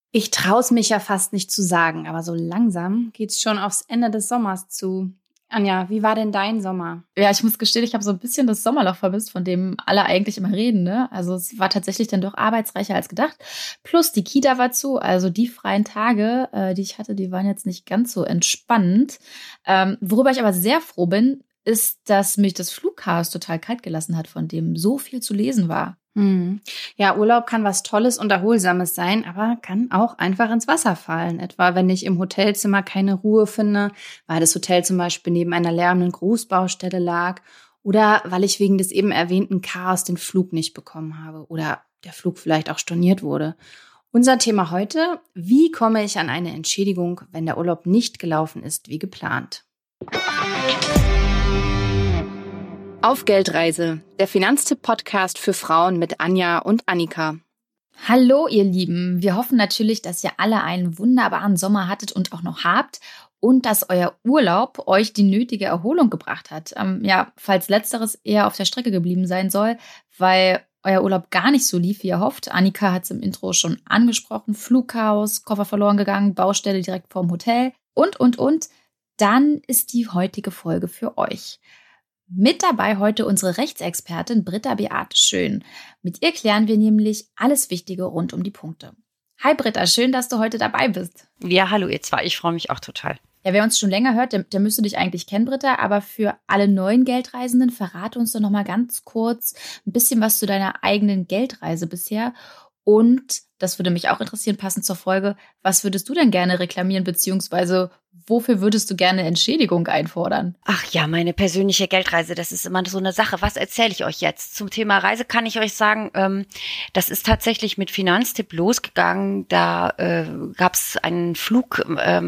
Ich traue es mich ja fast nicht zu sagen, aber so langsam geht's schon aufs Ende des Sommers zu. Anja, wie war denn dein Sommer? Ja, ich muss gestehen, ich habe so ein bisschen das Sommerloch vermisst, von dem alle eigentlich immer reden, ne? Also es war tatsächlich dann doch arbeitsreicher als gedacht. Plus die Kita war zu, also die freien Tage, die ich hatte, die waren jetzt nicht ganz so entspannend. Worüber ich aber sehr froh bin, ist, dass mich das Flugchaos total kalt gelassen hat, von dem so viel zu lesen war. Ja, Urlaub kann was Tolles und Erholsames sein, aber kann auch einfach ins Wasser fallen. Etwa wenn ich im Hotelzimmer keine Ruhe finde, weil das Hotel zum Beispiel neben einer lärmenden Großbaustelle lag oder weil ich wegen des eben erwähnten Chaos den Flug nicht bekommen habe oder der Flug vielleicht auch storniert wurde. Unser Thema heute: Wie komme ich an eine Entschädigung, wenn der Urlaub nicht gelaufen ist wie geplant? Auf Geldreise, der Finanztipp-Podcast für Frauen mit Anja und Annika. Hallo ihr Lieben, wir hoffen natürlich, dass ihr alle einen wunderbaren Sommer hattet und auch noch habt und dass euer Urlaub euch die nötige Erholung gebracht hat. Falls letzteres eher auf der Strecke geblieben sein soll, weil euer Urlaub gar nicht so lief, wie ihr hofft. Annika hat es im Intro schon angesprochen, Flugchaos, Koffer verloren gegangen, Baustelle direkt vorm Hotel und. Dann ist die heutige Folge für euch. Mit dabei heute unsere Rechtsexpertin Britta Beate Schön. Mit ihr klären wir nämlich alles Wichtige rund um die Punkte. Hi Britta, schön, dass du heute dabei bist. Ja, hallo ihr zwei, ich freue mich auch total. Ja, wer uns schon länger hört, der müsste dich eigentlich kennen, Britta, aber für alle neuen Geldreisenden verrate uns doch noch mal ganz kurz ein bisschen was zu deiner eigenen Geldreise bisher. Und, das würde mich auch interessieren, passend zur Folge, was würdest du denn gerne reklamieren, beziehungsweise wofür würdest du gerne Entschädigung einfordern? Ach ja, meine persönliche Geldreise, das ist immer so eine Sache. Was erzähle ich euch jetzt? Zum Thema Reise kann ich euch sagen, das ist tatsächlich mit Finanztipp losgegangen. Da gab es einen Flug.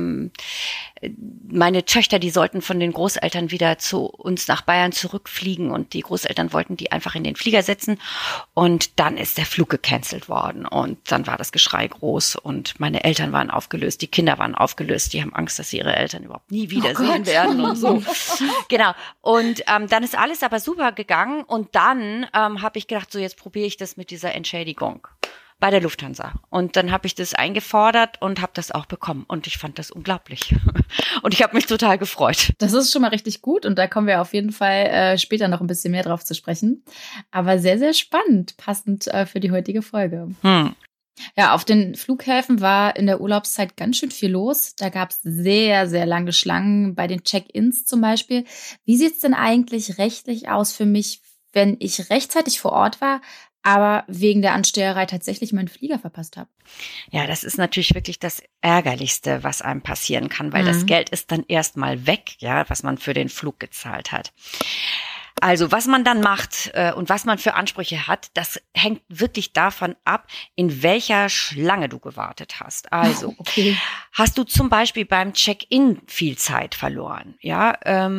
Meine Töchter, die sollten von den Großeltern wieder zu uns nach Bayern zurückfliegen und die Großeltern wollten die einfach in den Flieger setzen und dann ist der Flug gecancelt worden und dann war das Geschrei groß und meine Eltern waren aufgelöst, die Kinder waren aufgelöst, die haben Angst, dass sie ihre Eltern überhaupt nie wiedersehen werden und so. Genau. Und dann ist alles aber super gegangen und dann habe ich gedacht, so jetzt probiere ich das mit dieser Entschädigung bei der Lufthansa. Und dann habe ich das eingefordert und habe das auch bekommen. Und ich fand das unglaublich. Und ich habe mich total gefreut. Das ist schon mal richtig gut und da kommen wir auf jeden Fall später noch ein bisschen mehr drauf zu sprechen. Aber sehr, sehr spannend, passend für die heutige Folge. Ja, auf den Flughäfen war in der Urlaubszeit ganz schön viel los. Da gab es sehr, sehr lange Schlangen bei den Check-ins zum Beispiel. Wie sieht es denn eigentlich rechtlich aus für mich, wenn ich rechtzeitig vor Ort war, aber wegen der Ansteherei tatsächlich meinen Flieger verpasst habe? Ja, das ist natürlich wirklich das Ärgerlichste, was einem passieren kann, weil das Geld ist dann erstmal weg, ja, was man für den Flug gezahlt hat. Also, was man dann macht und was man für Ansprüche hat, das hängt wirklich davon ab, in welcher Schlange du gewartet hast. Also, Hast du zum Beispiel beim Check-in viel Zeit verloren, ja,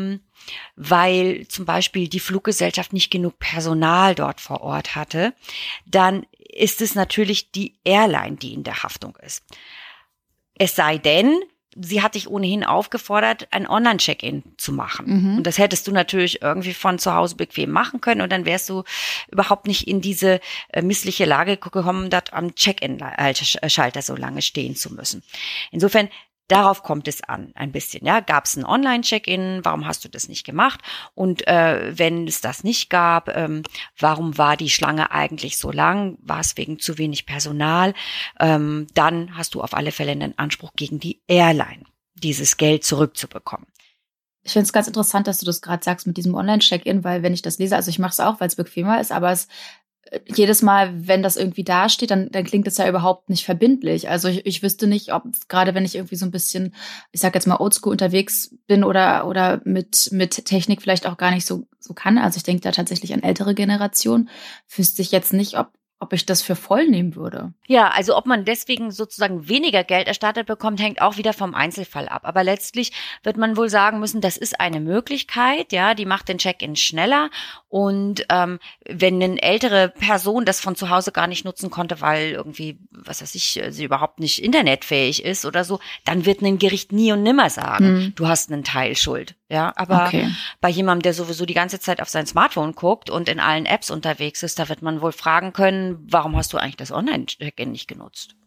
weil zum Beispiel die Fluggesellschaft nicht genug Personal dort vor Ort hatte, dann ist es natürlich die Airline, die in der Haftung ist. Es sei denn, sie hat dich ohnehin aufgefordert, ein Online-Check-in zu machen. Und das hättest du natürlich irgendwie von zu Hause bequem machen können und dann wärst du überhaupt nicht in diese missliche Lage gekommen, dort am Check-in-Schalter so lange stehen zu müssen. Insofern, darauf kommt es an, ein bisschen. Ja, gab es ein Online-Check-in? Warum hast du das nicht gemacht? Und wenn es das nicht gab, warum war die Schlange eigentlich so lang? War es wegen zu wenig Personal? Dann hast du auf alle Fälle einen Anspruch gegen die Airline, dieses Geld zurückzubekommen. Ich finde es ganz interessant, dass du das gerade sagst mit diesem Online-Check-in, weil wenn ich das lese, also ich mache es auch, weil es bequemer ist, aber jedes Mal, wenn das irgendwie dasteht, dann klingt es ja überhaupt nicht verbindlich. Also ich wüsste nicht, ob gerade wenn ich irgendwie so ein bisschen, ich sag jetzt mal oldschool unterwegs bin oder mit Technik vielleicht auch gar nicht so kann. Also ich denke da tatsächlich an ältere Generationen. Wüsste ich jetzt nicht, ob ich das für voll nehmen würde. Ja, also ob man deswegen sozusagen weniger Geld erstattet bekommt, hängt auch wieder vom Einzelfall ab. Aber letztlich wird man wohl sagen müssen, das ist eine Möglichkeit, ja, die macht den Check-in schneller. Und wenn eine ältere Person das von zu Hause gar nicht nutzen konnte, weil irgendwie, was weiß ich, sie überhaupt nicht internetfähig ist oder so, dann wird ein Gericht nie und nimmer sagen, du hast einen Teil Schuld. Ja, aber bei jemandem, der sowieso die ganze Zeit auf sein Smartphone guckt und in allen Apps unterwegs ist, da wird man wohl fragen können, warum hast du eigentlich das Online-Check-in nicht genutzt?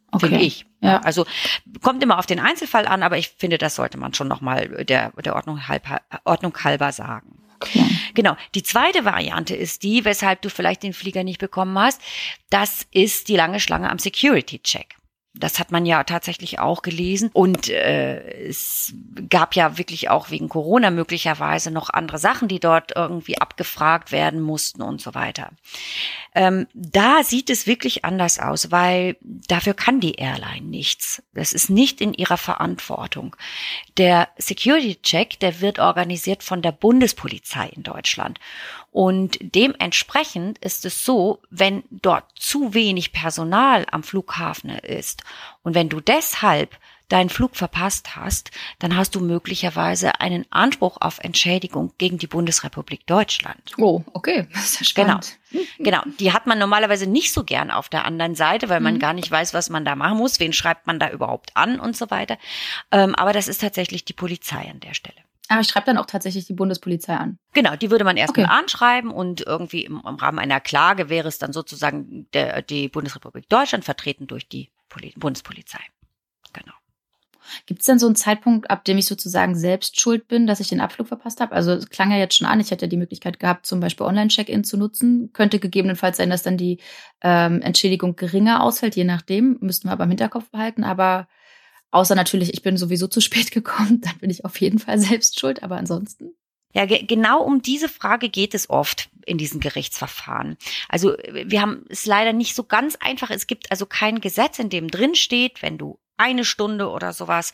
finde ich. Ja. Also kommt immer auf den Einzelfall an, aber ich finde, das sollte man schon nochmal der Ordnung halber sagen. Okay. Genau. Die zweite Variante ist die, weshalb du vielleicht den Flieger nicht bekommen hast. Das ist die lange Schlange am Security-Check. Das hat man ja tatsächlich auch gelesen. Und es gab ja wirklich auch wegen Corona möglicherweise noch andere Sachen, die dort irgendwie abgefragt werden mussten und so weiter. Da sieht es wirklich anders aus, weil dafür kann die Airline nichts. Das ist nicht in ihrer Verantwortung. Der Security-Check, der wird organisiert von der Bundespolizei in Deutschland. Und dementsprechend ist es so, wenn dort zu wenig Personal am Flughafen ist und wenn du deshalb deinen Flug verpasst hast, dann hast du möglicherweise einen Anspruch auf Entschädigung gegen die Bundesrepublik Deutschland. Oh, okay. Das ist ja spannend. Genau. Die hat man normalerweise nicht so gern auf der anderen Seite, weil man gar nicht weiß, was man da machen muss, wen schreibt man da überhaupt an und so weiter. Aber das ist tatsächlich die Polizei an der Stelle. Aber ich schreibe dann auch tatsächlich die Bundespolizei an. Genau, die würde man erstmal anschreiben und irgendwie im Rahmen einer Klage wäre es dann sozusagen die Bundesrepublik Deutschland vertreten durch die Bundespolizei. Genau. Gibt es denn so einen Zeitpunkt, ab dem ich sozusagen selbst schuld bin, dass ich den Abflug verpasst habe? Also es klang ja jetzt schon an, ich hätte ja die Möglichkeit gehabt, zum Beispiel Online-Check-In zu nutzen. Könnte gegebenenfalls sein, dass dann die Entschädigung geringer ausfällt, je nachdem. Müssten wir aber im Hinterkopf behalten. Aber außer natürlich, ich bin sowieso zu spät gekommen, dann bin ich auf jeden Fall selbst schuld. Aber ansonsten? Ja, genau um diese Frage geht es oft in diesen Gerichtsverfahren. Also wir haben es leider nicht so ganz einfach. Es gibt also kein Gesetz, in dem drin steht, wenn du 1 Stunde oder sowas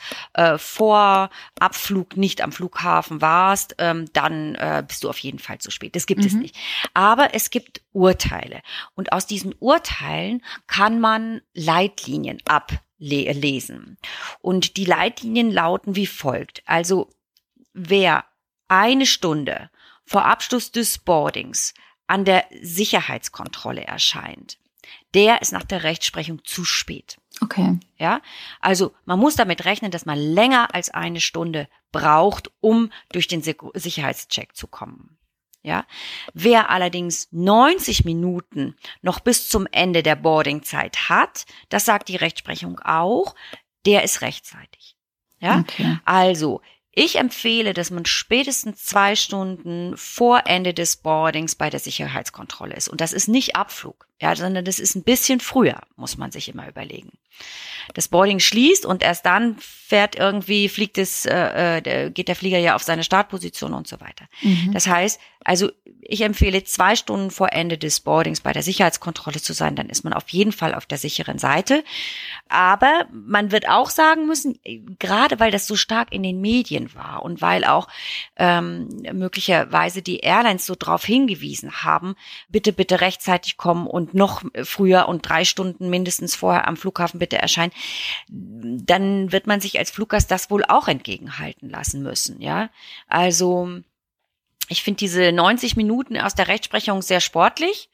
vor Abflug nicht am Flughafen warst, dann bist du auf jeden Fall zu spät. Das gibt es nicht. Aber es gibt Urteile. Und aus diesen Urteilen kann man Leitlinien ablesen. Und die Leitlinien lauten wie folgt. Also wer 1 Stunde vor Abschluss des Boardings an der Sicherheitskontrolle erscheint, der ist nach der Rechtsprechung zu spät. Okay. Ja, also man muss damit rechnen, dass man länger als 1 Stunde braucht, um durch den Sicherheitscheck zu kommen. Ja, wer allerdings 90 Minuten noch bis zum Ende der Boardingzeit hat, das sagt die Rechtsprechung auch, der ist rechtzeitig. Ja, Okay. Also ich empfehle, dass man spätestens 2 Stunden vor Ende des Boardings bei der Sicherheitskontrolle ist. Und das ist nicht Abflug, ja, sondern das ist ein bisschen früher, muss man sich immer überlegen. Das Boarding schließt und erst dann geht der Flieger ja auf seine Startposition und so weiter. Das heißt, also ich empfehle 2 Stunden vor Ende des Boardings bei der Sicherheitskontrolle zu sein, dann ist man auf jeden Fall auf der sicheren Seite. Aber man wird auch sagen müssen, gerade weil das so stark in den Medien war und weil auch möglicherweise die Airlines so drauf hingewiesen haben, bitte rechtzeitig kommen und noch früher und 3 Stunden mindestens vorher am Flughafen bitte erscheinen, dann wird man sich als Fluggast das wohl auch entgegenhalten lassen müssen, ja. Also ich finde diese 90 Minuten aus der Rechtsprechung sehr sportlich.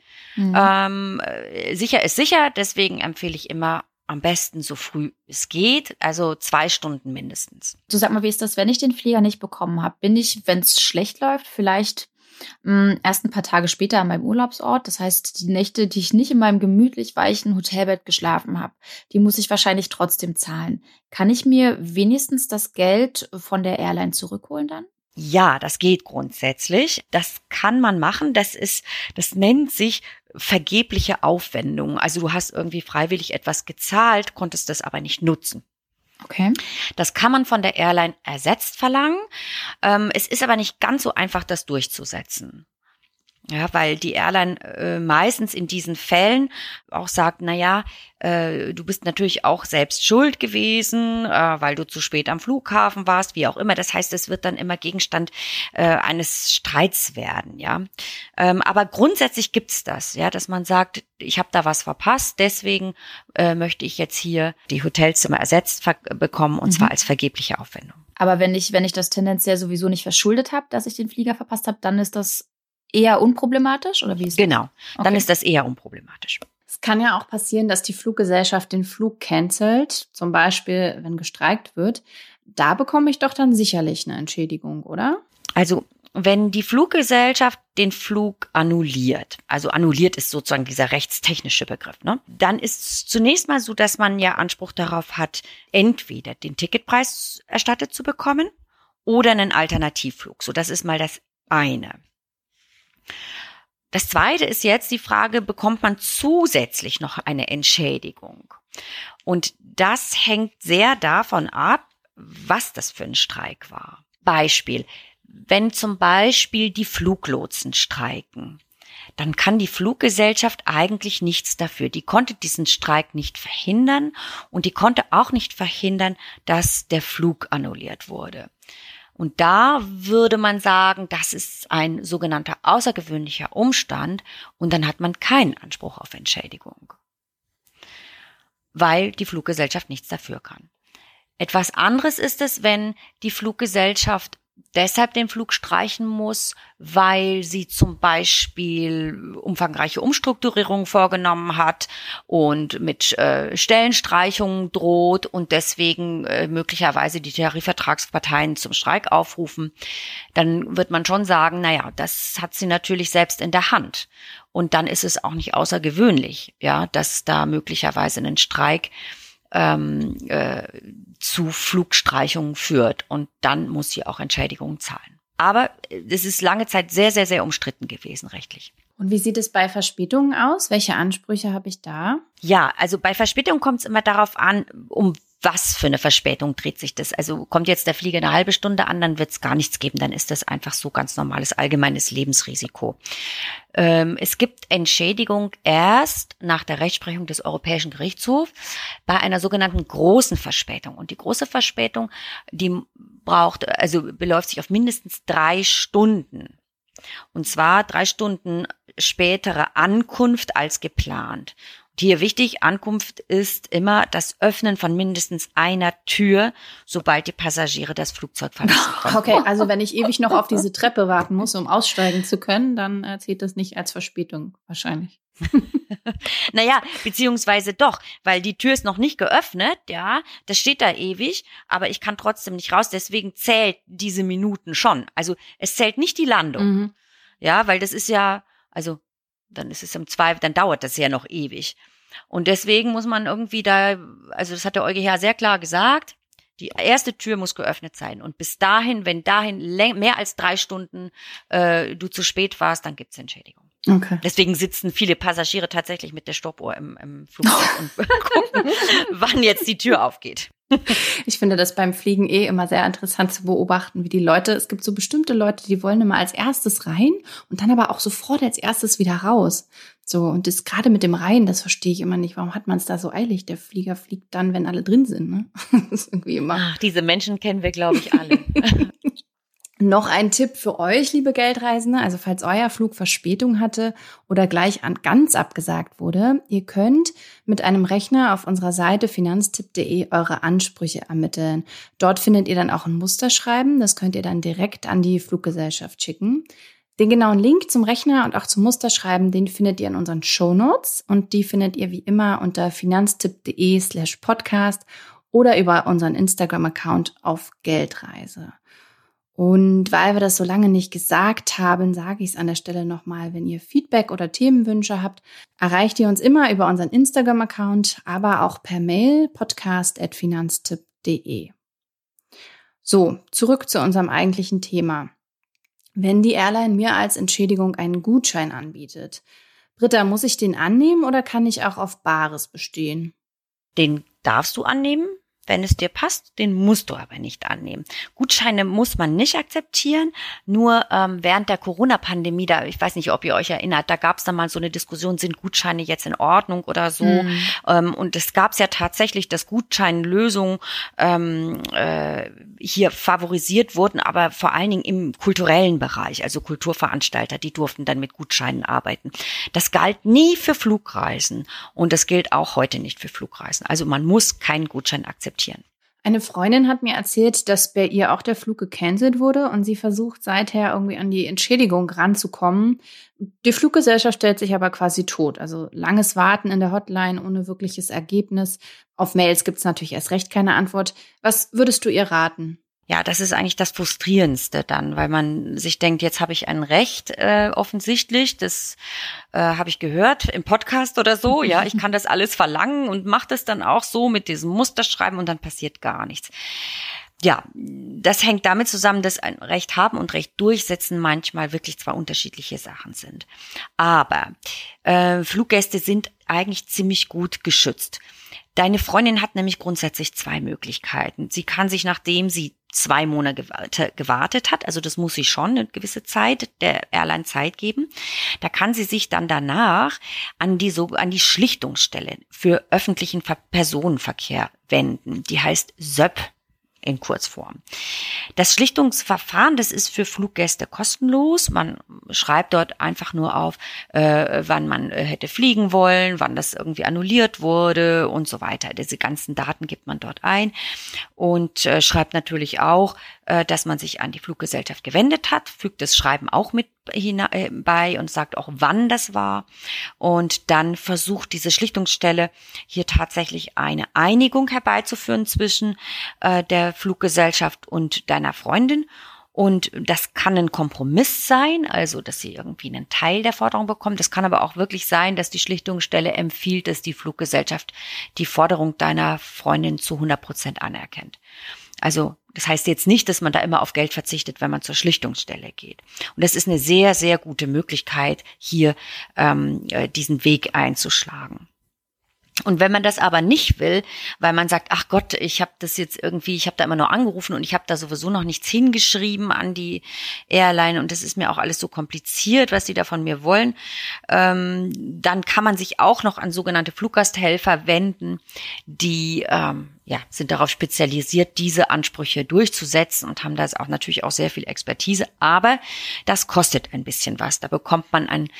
Sicher ist sicher, deswegen empfehle ich immer am besten so früh es geht, also 2 Stunden mindestens. Du sag mal, wie ist das, wenn ich den Flieger nicht bekommen habe? Bin ich, wenn es schlecht läuft, vielleicht erst ein paar Tage später an meinem Urlaubsort? Das heißt, die Nächte, die ich nicht in meinem gemütlich weichen Hotelbett geschlafen habe, die muss ich wahrscheinlich trotzdem zahlen. Kann ich mir wenigstens das Geld von der Airline zurückholen dann? Ja, das geht grundsätzlich. Das kann man machen. Das nennt sich vergebliche Aufwendung. Also du hast irgendwie freiwillig etwas gezahlt, konntest das aber nicht nutzen. Okay. Das kann man von der Airline ersetzt verlangen. Es ist aber nicht ganz so einfach, das durchzusetzen. Ja, weil die Airline meistens in diesen Fällen auch sagt, du bist natürlich auch selbst schuld gewesen, weil du zu spät am Flughafen warst, wie auch immer. Das heißt, es wird dann immer Gegenstand eines Streits werden, ja. Aber grundsätzlich gibt's das, ja, dass man sagt, ich habe da was verpasst, deswegen möchte ich jetzt hier die Hotelzimmer ersetzt bekommen und zwar als vergebliche Aufwendung. Aber wenn ich das tendenziell sowieso nicht verschuldet habe, dass ich den Flieger verpasst habe, dann ist das eher unproblematisch oder wie ist das? Genau, dann ist das eher unproblematisch. Es kann ja auch passieren, dass die Fluggesellschaft den Flug cancelt, zum Beispiel, wenn gestreikt wird. Da bekomme ich doch dann sicherlich eine Entschädigung, oder? Also wenn die Fluggesellschaft den Flug annulliert, also annulliert ist sozusagen dieser rechtstechnische Begriff, ne? Dann ist es zunächst mal so, dass man ja Anspruch darauf hat, entweder den Ticketpreis erstattet zu bekommen oder einen Alternativflug. So, das ist mal das eine. Das zweite ist jetzt die Frage, bekommt man zusätzlich noch eine Entschädigung? Und das hängt sehr davon ab, was das für ein Streik war. Beispiel, wenn zum Beispiel die Fluglotsen streiken, dann kann die Fluggesellschaft eigentlich nichts dafür. Die konnte diesen Streik nicht verhindern und die konnte auch nicht verhindern, dass der Flug annulliert wurde. Und da würde man sagen, das ist ein sogenannter außergewöhnlicher Umstand und dann hat man keinen Anspruch auf Entschädigung, weil die Fluggesellschaft nichts dafür kann. Etwas anderes ist es, wenn die Fluggesellschaft deshalb den Flug streichen muss, weil sie zum Beispiel umfangreiche Umstrukturierungen vorgenommen hat und mit Stellenstreichungen droht und deswegen möglicherweise die Tarifvertragsparteien zum Streik aufrufen. Dann wird man schon sagen, naja, das hat sie natürlich selbst in der Hand. Und dann ist es auch nicht außergewöhnlich, ja, dass da möglicherweise ein Streik zu Flugstreichungen führt und dann muss sie auch Entschädigungen zahlen. Aber es ist lange Zeit sehr, sehr, sehr umstritten gewesen rechtlich. Und wie sieht es bei Verspätungen aus? Welche Ansprüche habe ich da? Ja, also bei Verspätung kommt es immer darauf an, um was für eine Verspätung dreht sich das. Also kommt jetzt der Flieger eine halbe Stunde an, dann wird es gar nichts geben. Dann ist das einfach so ganz normales allgemeines Lebensrisiko. Es gibt Entschädigung erst nach der Rechtsprechung des Europäischen Gerichtshofs bei einer sogenannten großen Verspätung. Und die große Verspätung, die beläuft sich auf mindestens 3 Stunden. Und zwar 3 Stunden spätere Ankunft als geplant. Hier wichtig, Ankunft ist immer das Öffnen von mindestens einer Tür, sobald die Passagiere das Flugzeug verlassen können. Okay, also wenn ich ewig noch auf diese Treppe warten muss, um aussteigen zu können, dann zählt das nicht als Verspätung wahrscheinlich. Naja, beziehungsweise doch, weil die Tür ist noch nicht geöffnet, ja, das steht da ewig, aber ich kann trotzdem nicht raus, deswegen zählt diese Minuten schon. Also es zählt nicht die Landung, ja, weil das ist ja, also dann ist es im Zweifel, dann dauert das ja noch ewig. Und deswegen muss man irgendwie also das hat der EuGH sehr klar gesagt, die erste Tür muss geöffnet sein. Und bis dahin, wenn mehr als 3 Stunden du zu spät warst, dann gibt's Entschädigung. Okay. Deswegen sitzen viele Passagiere tatsächlich mit der Stoppuhr im Flugzeug und gucken, wann jetzt die Tür aufgeht. Ich finde das beim Fliegen immer sehr interessant zu beobachten, wie die Leute, es gibt so bestimmte Leute, die wollen immer als erstes rein und dann aber auch sofort als erstes wieder raus. So, und das gerade mit dem Rein, das verstehe ich immer nicht. Warum hat man es da so eilig? Der Flieger fliegt dann, wenn alle drin sind, ne? Das ist irgendwie immer. Ach, diese Menschen kennen wir, glaube ich, alle. Noch ein Tipp für euch, liebe Geldreisende, also falls euer Flug Verspätung hatte oder gleich ganz abgesagt wurde, ihr könnt mit einem Rechner auf unserer Seite finanztipp.de eure Ansprüche ermitteln. Dort findet ihr dann auch ein Musterschreiben, das könnt ihr dann direkt an die Fluggesellschaft schicken. Den genauen Link zum Rechner und auch zum Musterschreiben, den findet ihr in unseren Shownotes und die findet ihr wie immer unter finanztipp.de/podcast oder über unseren Instagram-Account auf Geldreise. Und weil wir das so lange nicht gesagt haben, sage ich es an der Stelle nochmal, wenn ihr Feedback oder Themenwünsche habt, erreicht ihr uns immer über unseren Instagram-Account, aber auch per Mail podcast@finanztipp.de. So, zurück zu unserem eigentlichen Thema. Wenn die Airline mir als Entschädigung einen Gutschein anbietet, Britta, muss ich den annehmen oder kann ich auch auf Bares bestehen? Den darfst du annehmen, wenn es dir passt, den musst du aber nicht annehmen. Gutscheine muss man nicht akzeptieren, nur während der Corona-Pandemie, ich weiß nicht, ob ihr euch erinnert, da gab es dann mal so eine Diskussion, sind Gutscheine jetzt in Ordnung oder so? Und es gab es ja tatsächlich, dass Gutscheinlösungen hier favorisiert wurden, aber vor allen Dingen im kulturellen Bereich, also Kulturveranstalter, die durften dann mit Gutscheinen arbeiten. Das galt nie für Flugreisen und das gilt auch heute nicht für Flugreisen. Also man muss keinen Gutschein akzeptieren. Eine Freundin hat mir erzählt, dass bei ihr auch der Flug gecancelt wurde und sie versucht seither irgendwie an die Entschädigung ranzukommen. Die Fluggesellschaft stellt sich aber quasi tot. Also langes Warten in der Hotline ohne wirkliches Ergebnis. Auf Mails gibt es natürlich erst recht keine Antwort. Was würdest du ihr raten? Ja, das ist eigentlich das Frustrierendste dann, weil man sich denkt, jetzt habe ich ein Recht offensichtlich, das habe ich gehört im Podcast oder so, ja, ich kann das alles verlangen und mache das dann auch so mit diesem Musterschreiben und dann passiert gar nichts. Ja, das hängt damit zusammen, dass ein Recht haben und Recht durchsetzen manchmal wirklich zwei unterschiedliche Sachen sind. Aber Fluggäste sind eigentlich ziemlich gut geschützt. Deine Freundin hat nämlich grundsätzlich zwei Möglichkeiten. Sie kann sich, nachdem sie 2 Monate gewartet hat, also das muss sie schon eine gewisse Zeit der Airline Zeit geben, da kann sie sich dann danach an die Schlichtungsstelle für öffentlichen Personenverkehr wenden. Die heißt SÖP in Kurzform. Das Schlichtungsverfahren, das ist für Fluggäste kostenlos. Man schreibt dort einfach nur auf, wann man hätte fliegen wollen, wann das irgendwie annulliert wurde und so weiter. Diese ganzen Daten gibt man dort ein und schreibt natürlich auch, dass man sich an die Fluggesellschaft gewendet hat, fügt das Schreiben auch mit bei und sagt auch, wann das war. Und dann versucht diese Schlichtungsstelle hier tatsächlich eine Einigung herbeizuführen zwischen der Fluggesellschaft und deiner Freundin. Und das kann ein Kompromiss sein, also dass sie irgendwie einen Teil der Forderung bekommt. Das kann aber auch wirklich sein, dass die Schlichtungsstelle empfiehlt, dass die Fluggesellschaft die Forderung deiner Freundin zu 100% anerkennt. Also das heißt jetzt nicht, dass man da immer auf Geld verzichtet, wenn man zur Schlichtungsstelle geht. Und das ist eine sehr, sehr gute Möglichkeit, hier diesen Weg einzuschlagen. Und wenn man das aber nicht will, weil man sagt, ach Gott, ich habe da immer nur angerufen und ich habe da sowieso noch nichts hingeschrieben an die Airline und das ist mir auch alles so kompliziert, was die da von mir wollen, dann kann man sich auch noch an sogenannte Fluggasthelfer wenden, die sind darauf spezialisiert, diese Ansprüche durchzusetzen und haben da auch natürlich auch sehr viel Expertise, aber das kostet ein bisschen was. Da bekommt man ein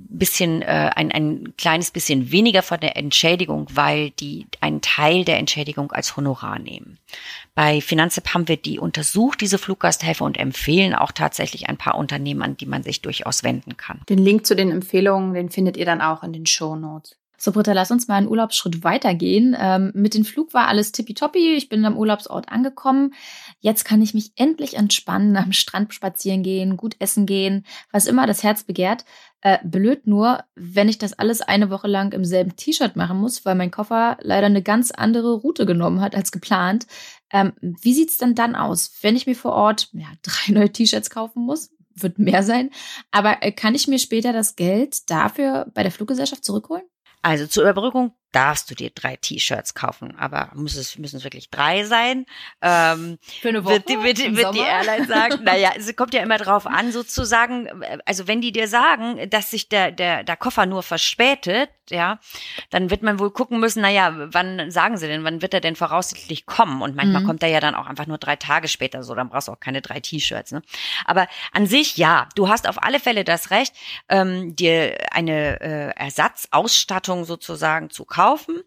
kleines bisschen weniger von der Entschädigung, weil die einen Teil der Entschädigung als Honorar nehmen. Bei Finanztipp haben wir die untersucht, diese Fluggasthelfer, und empfehlen auch tatsächlich ein paar Unternehmen, an die man sich durchaus wenden kann. Den Link zu den Empfehlungen, den findet ihr dann auch in den Shownotes. So, Britta, lass uns mal einen Urlaubsschritt weitergehen. Mit dem Flug war alles tippitoppi. Ich bin am Urlaubsort angekommen. Jetzt kann ich mich endlich entspannen, am Strand spazieren gehen, gut essen gehen, was immer das Herz begehrt. Blöd nur, wenn ich das alles eine Woche lang im selben T-Shirt machen muss, weil mein Koffer leider eine ganz andere Route genommen hat als geplant. Wie sieht's denn dann aus, wenn ich mir vor Ort 3 neue T-Shirts kaufen muss? Wird mehr sein. Aber kann ich mir später das Geld dafür bei der Fluggesellschaft zurückholen? Also zur Überbrückung darfst du dir 3 T-Shirts kaufen, aber müssen es wirklich 3 sein? Für eine Woche? Wird die Airline sagen, naja, es kommt ja immer drauf an, sozusagen, also wenn die dir sagen, dass sich der Koffer nur verspätet, ja, dann wird man wohl gucken müssen, naja, wann sagen sie denn, wann wird er denn voraussichtlich kommen? Und manchmal kommt er ja dann auch einfach nur 3 Tage später, so, dann brauchst du auch keine 3 T-Shirts, ne? Aber an sich, ja, du hast auf alle Fälle das Recht, dir eine Ersatzausstattung sozusagen zu kaufen.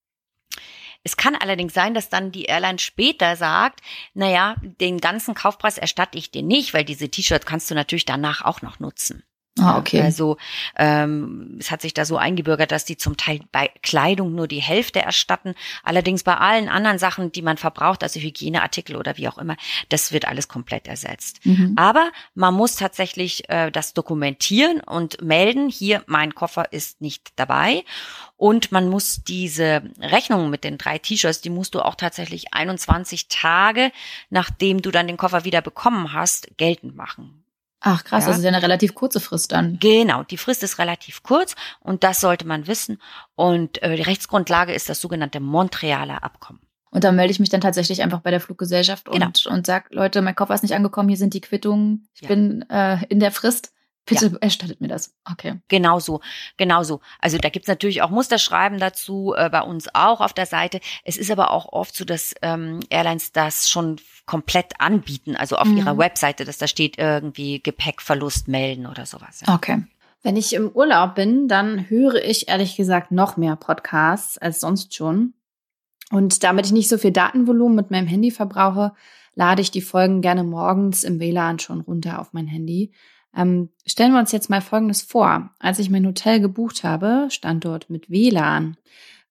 Es kann allerdings sein, dass dann die Airline später sagt, naja, den ganzen Kaufpreis erstatte ich dir nicht, weil diese T-Shirts kannst du natürlich danach auch noch nutzen. Ah, okay. Also es hat sich da so eingebürgert, dass die zum Teil bei Kleidung nur die Hälfte erstatten. Allerdings bei allen anderen Sachen, die man verbraucht, also Hygieneartikel oder wie auch immer, das wird alles komplett ersetzt. Aber man muss tatsächlich das dokumentieren und melden, hier, mein Koffer ist nicht dabei. Und man muss diese Rechnung mit den 3 T-Shirts, die musst du auch tatsächlich 21 Tage, nachdem du dann den Koffer wieder bekommen hast, geltend machen. Ach krass, das ist ja eine relativ kurze Frist dann. Genau, die Frist ist relativ kurz und das sollte man wissen. Und die Rechtsgrundlage ist das sogenannte Montrealer Abkommen. Und dann melde ich mich dann tatsächlich einfach bei der Fluggesellschaft und sage, Leute, mein Koffer ist nicht angekommen, hier sind die Quittungen, ich bin in der Frist. Bitte erstattet mir das. Okay. Genau so. Also da gibt's natürlich auch Musterschreiben dazu, bei uns auch auf der Seite. Es ist aber auch oft so, dass Airlines das schon komplett anbieten, also auf ihrer Webseite, dass da steht irgendwie Gepäckverlust melden oder sowas. Ja. Okay. Wenn ich im Urlaub bin, dann höre ich ehrlich gesagt noch mehr Podcasts als sonst schon. Und damit ich nicht so viel Datenvolumen mit meinem Handy verbrauche, lade ich die Folgen gerne morgens im WLAN schon runter auf mein Handy. Stellen wir uns jetzt mal Folgendes vor. Als ich mein Hotel gebucht habe, stand dort mit WLAN.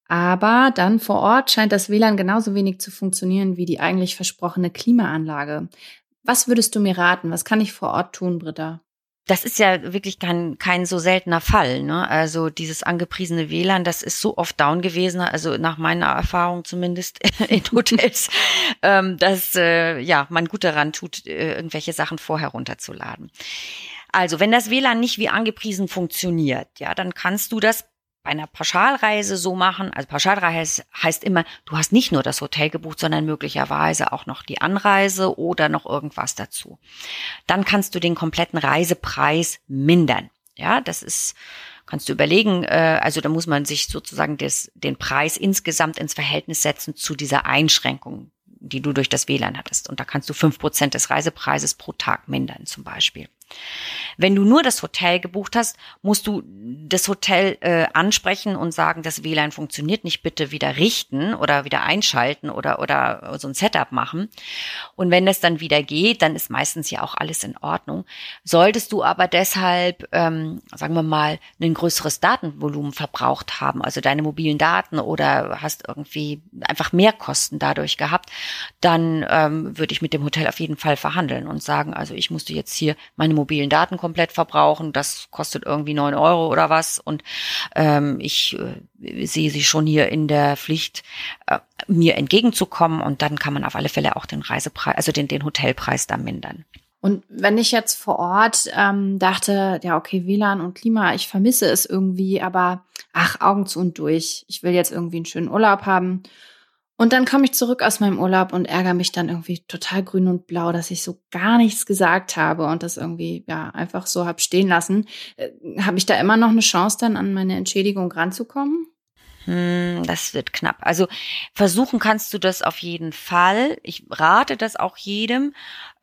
Aber dann vor Ort scheint das WLAN genauso wenig zu funktionieren wie die eigentlich versprochene Klimaanlage. Was würdest du mir raten? Was kann ich vor Ort tun, Britta? Das ist ja wirklich kein so seltener Fall, ne? Also dieses angepriesene WLAN, das ist so oft down gewesen, also nach meiner Erfahrung zumindest in Hotels, dass man gut daran tut, irgendwelche Sachen vorher runterzuladen. Also wenn das WLAN nicht wie angepriesen funktioniert, ja, dann kannst du das bei einer Pauschalreise so machen. Also Pauschalreise heißt immer, du hast nicht nur das Hotel gebucht, sondern möglicherweise auch noch die Anreise oder noch irgendwas dazu. Dann kannst du den kompletten Reisepreis mindern. Ja, kannst du überlegen, also da muss man sich sozusagen den Preis insgesamt ins Verhältnis setzen zu dieser Einschränkung, die du durch das WLAN hattest. Und da kannst du 5% des Reisepreises pro Tag mindern zum Beispiel. Wenn du nur das Hotel gebucht hast, musst du das Hotel ansprechen und sagen, das WLAN funktioniert nicht, bitte wieder richten oder wieder einschalten oder so ein Setup machen. Und wenn das dann wieder geht, dann ist meistens ja auch alles in Ordnung. Solltest du aber deshalb, sagen wir mal, ein größeres Datenvolumen verbraucht haben, also deine mobilen Daten oder hast irgendwie einfach mehr Kosten dadurch gehabt, dann würde ich mit dem Hotel auf jeden Fall verhandeln und sagen, also ich musste jetzt hier meine mobilen Daten komplett verbrauchen, das kostet irgendwie 9 € oder was und ich sehe sie schon hier in der Pflicht, mir entgegenzukommen und dann kann man auf alle Fälle auch den Reisepreis, also den Hotelpreis da mindern. Und wenn ich jetzt vor Ort dachte, ja okay, WLAN und Klima, ich vermisse es irgendwie, aber Augen zu und durch, ich will jetzt irgendwie einen schönen Urlaub haben. Und dann komme ich zurück aus meinem Urlaub und ärgere mich dann irgendwie total grün und blau, dass ich so gar nichts gesagt habe und das irgendwie einfach so habe stehen lassen. Habe ich da immer noch eine Chance, dann an meine Entschädigung ranzukommen? Das wird knapp. Also versuchen kannst du das auf jeden Fall. Ich rate das auch jedem.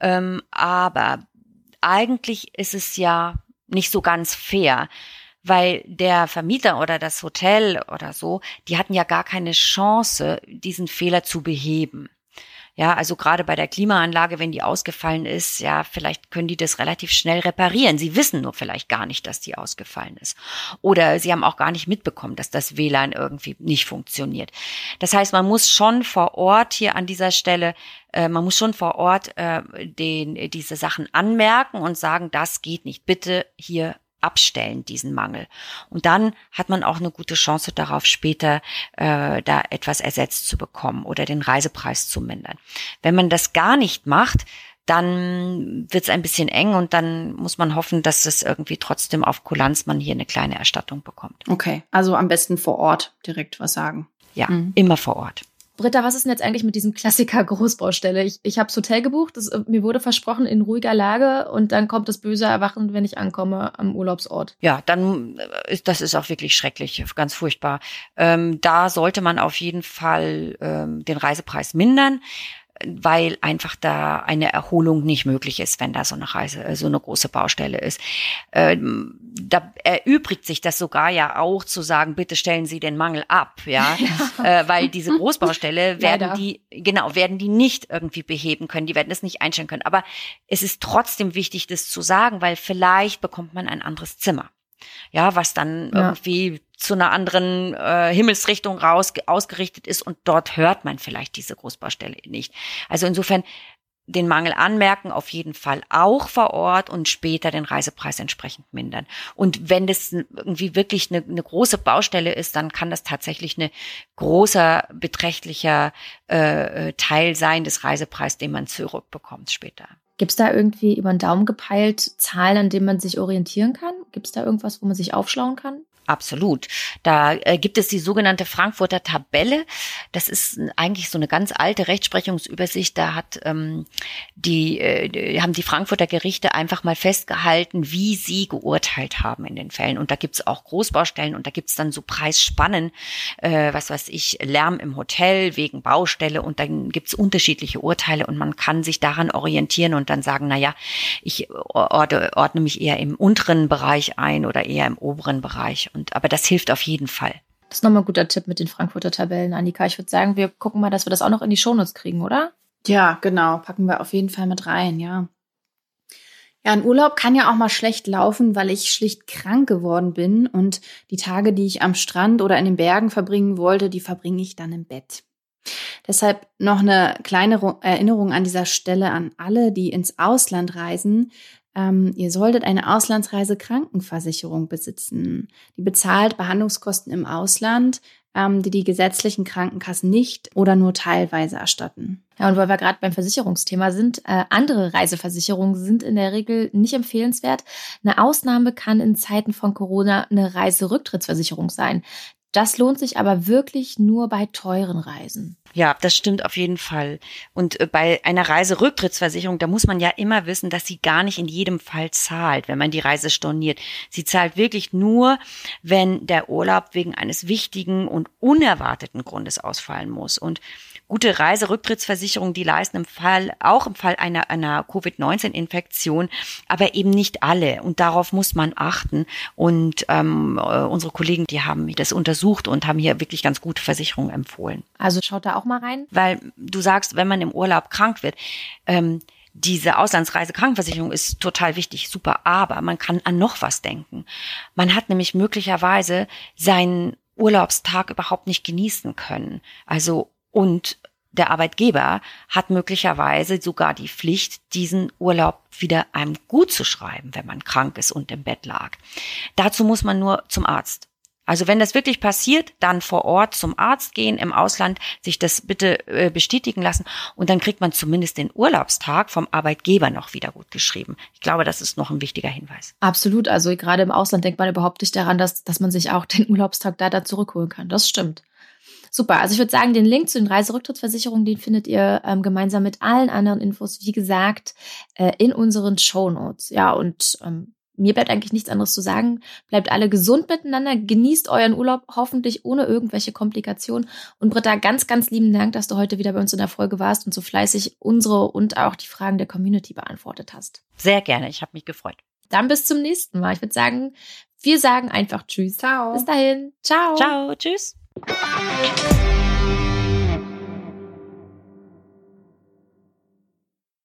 Aber eigentlich ist es ja nicht so ganz fair. Weil der Vermieter oder das Hotel oder so, die hatten ja gar keine Chance, diesen Fehler zu beheben. Ja, also gerade bei der Klimaanlage, wenn die ausgefallen ist, ja, vielleicht können die das relativ schnell reparieren. Sie wissen nur vielleicht gar nicht, dass die ausgefallen ist. Oder sie haben auch gar nicht mitbekommen, dass das WLAN irgendwie nicht funktioniert. Das heißt, man muss schon vor Ort hier an dieser Stelle, diese Sachen anmerken und sagen, das geht nicht. Bitte hier abstellen, diesen Mangel. Und dann hat man auch eine gute Chance darauf, später da etwas ersetzt zu bekommen oder den Reisepreis zu mindern. Wenn man das gar nicht macht, dann wird es ein bisschen eng und dann muss man hoffen, dass das irgendwie trotzdem auf Kulanz man hier eine kleine Erstattung bekommt. Okay, also am besten vor Ort direkt was sagen. Ja, immer vor Ort. Britta, was ist denn jetzt eigentlich mit diesem Klassiker Großbaustelle? Ich habe das Hotel gebucht, mir wurde versprochen in ruhiger Lage und dann kommt das böse Erwachen, wenn ich ankomme am Urlaubsort. Ja, das ist auch wirklich schrecklich, ganz furchtbar. Da sollte man auf jeden Fall den Reisepreis mindern, weil einfach da eine Erholung nicht möglich ist, wenn da so eine große Baustelle ist. Da erübrigt sich das sogar ja auch zu sagen, bitte stellen Sie den Mangel ab, ja, weil diese Großbaustelle werden die nicht irgendwie beheben können, die werden das nicht einstellen können. Aber es ist trotzdem wichtig, das zu sagen, weil vielleicht bekommt man ein anderes Zimmer. Ja, was dann irgendwie zu einer anderen Himmelsrichtung ausgerichtet ist und dort hört man vielleicht diese Großbaustelle nicht. Also insofern den Mangel anmerken, auf jeden Fall auch vor Ort und später den Reisepreis entsprechend mindern. Und wenn das irgendwie wirklich eine große Baustelle ist, dann kann das tatsächlich ein großer, beträchtlicher Teil sein des Reisepreises, den man zurückbekommt später. Gibt es da irgendwie über den Daumen gepeilt Zahlen, an denen man sich orientieren kann? Gibt es da irgendwas, wo man sich aufschlauen kann? Absolut. Da gibt es die sogenannte Frankfurter Tabelle. Das ist eigentlich so eine ganz alte Rechtsprechungsübersicht. Da haben die Frankfurter Gerichte einfach mal festgehalten, wie sie geurteilt haben in den Fällen. Und da gibt's auch Großbaustellen und da gibt's dann so Preisspannen, Lärm im Hotel wegen Baustelle und dann gibt's unterschiedliche Urteile und man kann sich daran orientieren und dann sagen, ich ordne mich eher im unteren Bereich ein oder eher im oberen Bereich. Aber das hilft auf jeden Fall. Das ist nochmal ein guter Tipp mit den Frankfurter Tabellen, Annika. Ich würde sagen, wir gucken mal, dass wir das auch noch in die Shownotes kriegen, oder? Ja, genau. Packen wir auf jeden Fall mit rein, ja. Ja, ein Urlaub kann ja auch mal schlecht laufen, weil ich schlicht krank geworden bin und die Tage, die ich am Strand oder in den Bergen verbringen wollte, die verbringe ich dann im Bett. Deshalb noch eine kleine Erinnerung an dieser Stelle an alle, die ins Ausland reisen. Ihr solltet eine Auslandsreise-Krankenversicherung besitzen. Die bezahlt Behandlungskosten im Ausland, die gesetzlichen Krankenkassen nicht oder nur teilweise erstatten. Ja, und weil wir gerade beim Versicherungsthema sind, andere Reiseversicherungen sind in der Regel nicht empfehlenswert. Eine Ausnahme kann in Zeiten von Corona eine Reiserücktrittsversicherung sein. Das lohnt sich aber wirklich nur bei teuren Reisen. Ja, das stimmt auf jeden Fall. Und bei einer Reiserücktrittsversicherung, da muss man ja immer wissen, dass sie gar nicht in jedem Fall zahlt, wenn man die Reise storniert. Sie zahlt wirklich nur, wenn der Urlaub wegen eines wichtigen und unerwarteten Grundes ausfallen muss. Und gute Reiserücktrittsversicherungen, die leisten im Fall einer Covid-19-Infektion, aber eben nicht alle. Und darauf muss man achten. Und unsere Kollegen, die haben das untersucht und haben hier wirklich ganz gute Versicherungen empfohlen. Also schaut da auch mal rein. Weil du sagst, wenn man im Urlaub krank wird, diese Auslandsreise-Krankenversicherung ist total wichtig, super, aber man kann an noch was denken. Man hat nämlich möglicherweise seinen Urlaubstag überhaupt nicht genießen können. Und der Arbeitgeber hat möglicherweise sogar die Pflicht, diesen Urlaub wieder einem gut zu schreiben, wenn man krank ist und im Bett lag. Dazu muss man nur zum Arzt. Also wenn das wirklich passiert, dann vor Ort zum Arzt gehen im Ausland, sich das bitte bestätigen lassen und dann kriegt man zumindest den Urlaubstag vom Arbeitgeber noch wieder gut geschrieben. Ich glaube, das ist noch ein wichtiger Hinweis. Absolut. Also gerade im Ausland denkt man überhaupt nicht daran, dass man sich auch den Urlaubstag da zurückholen kann. Das stimmt. Super. Also ich würde sagen, den Link zu den Reiserücktrittsversicherungen, den findet ihr gemeinsam mit allen anderen Infos, wie gesagt, in unseren Shownotes. Ja, und mir bleibt eigentlich nichts anderes zu sagen. Bleibt alle gesund miteinander, genießt euren Urlaub, hoffentlich ohne irgendwelche Komplikationen. Und Britta, ganz, ganz lieben Dank, dass du heute wieder bei uns in der Folge warst und so fleißig unsere und auch die Fragen der Community beantwortet hast. Sehr gerne, ich habe mich gefreut. Dann bis zum nächsten Mal. Ich würde sagen, wir sagen einfach Tschüss. Ciao. Bis dahin. Ciao. Ciao, tschüss.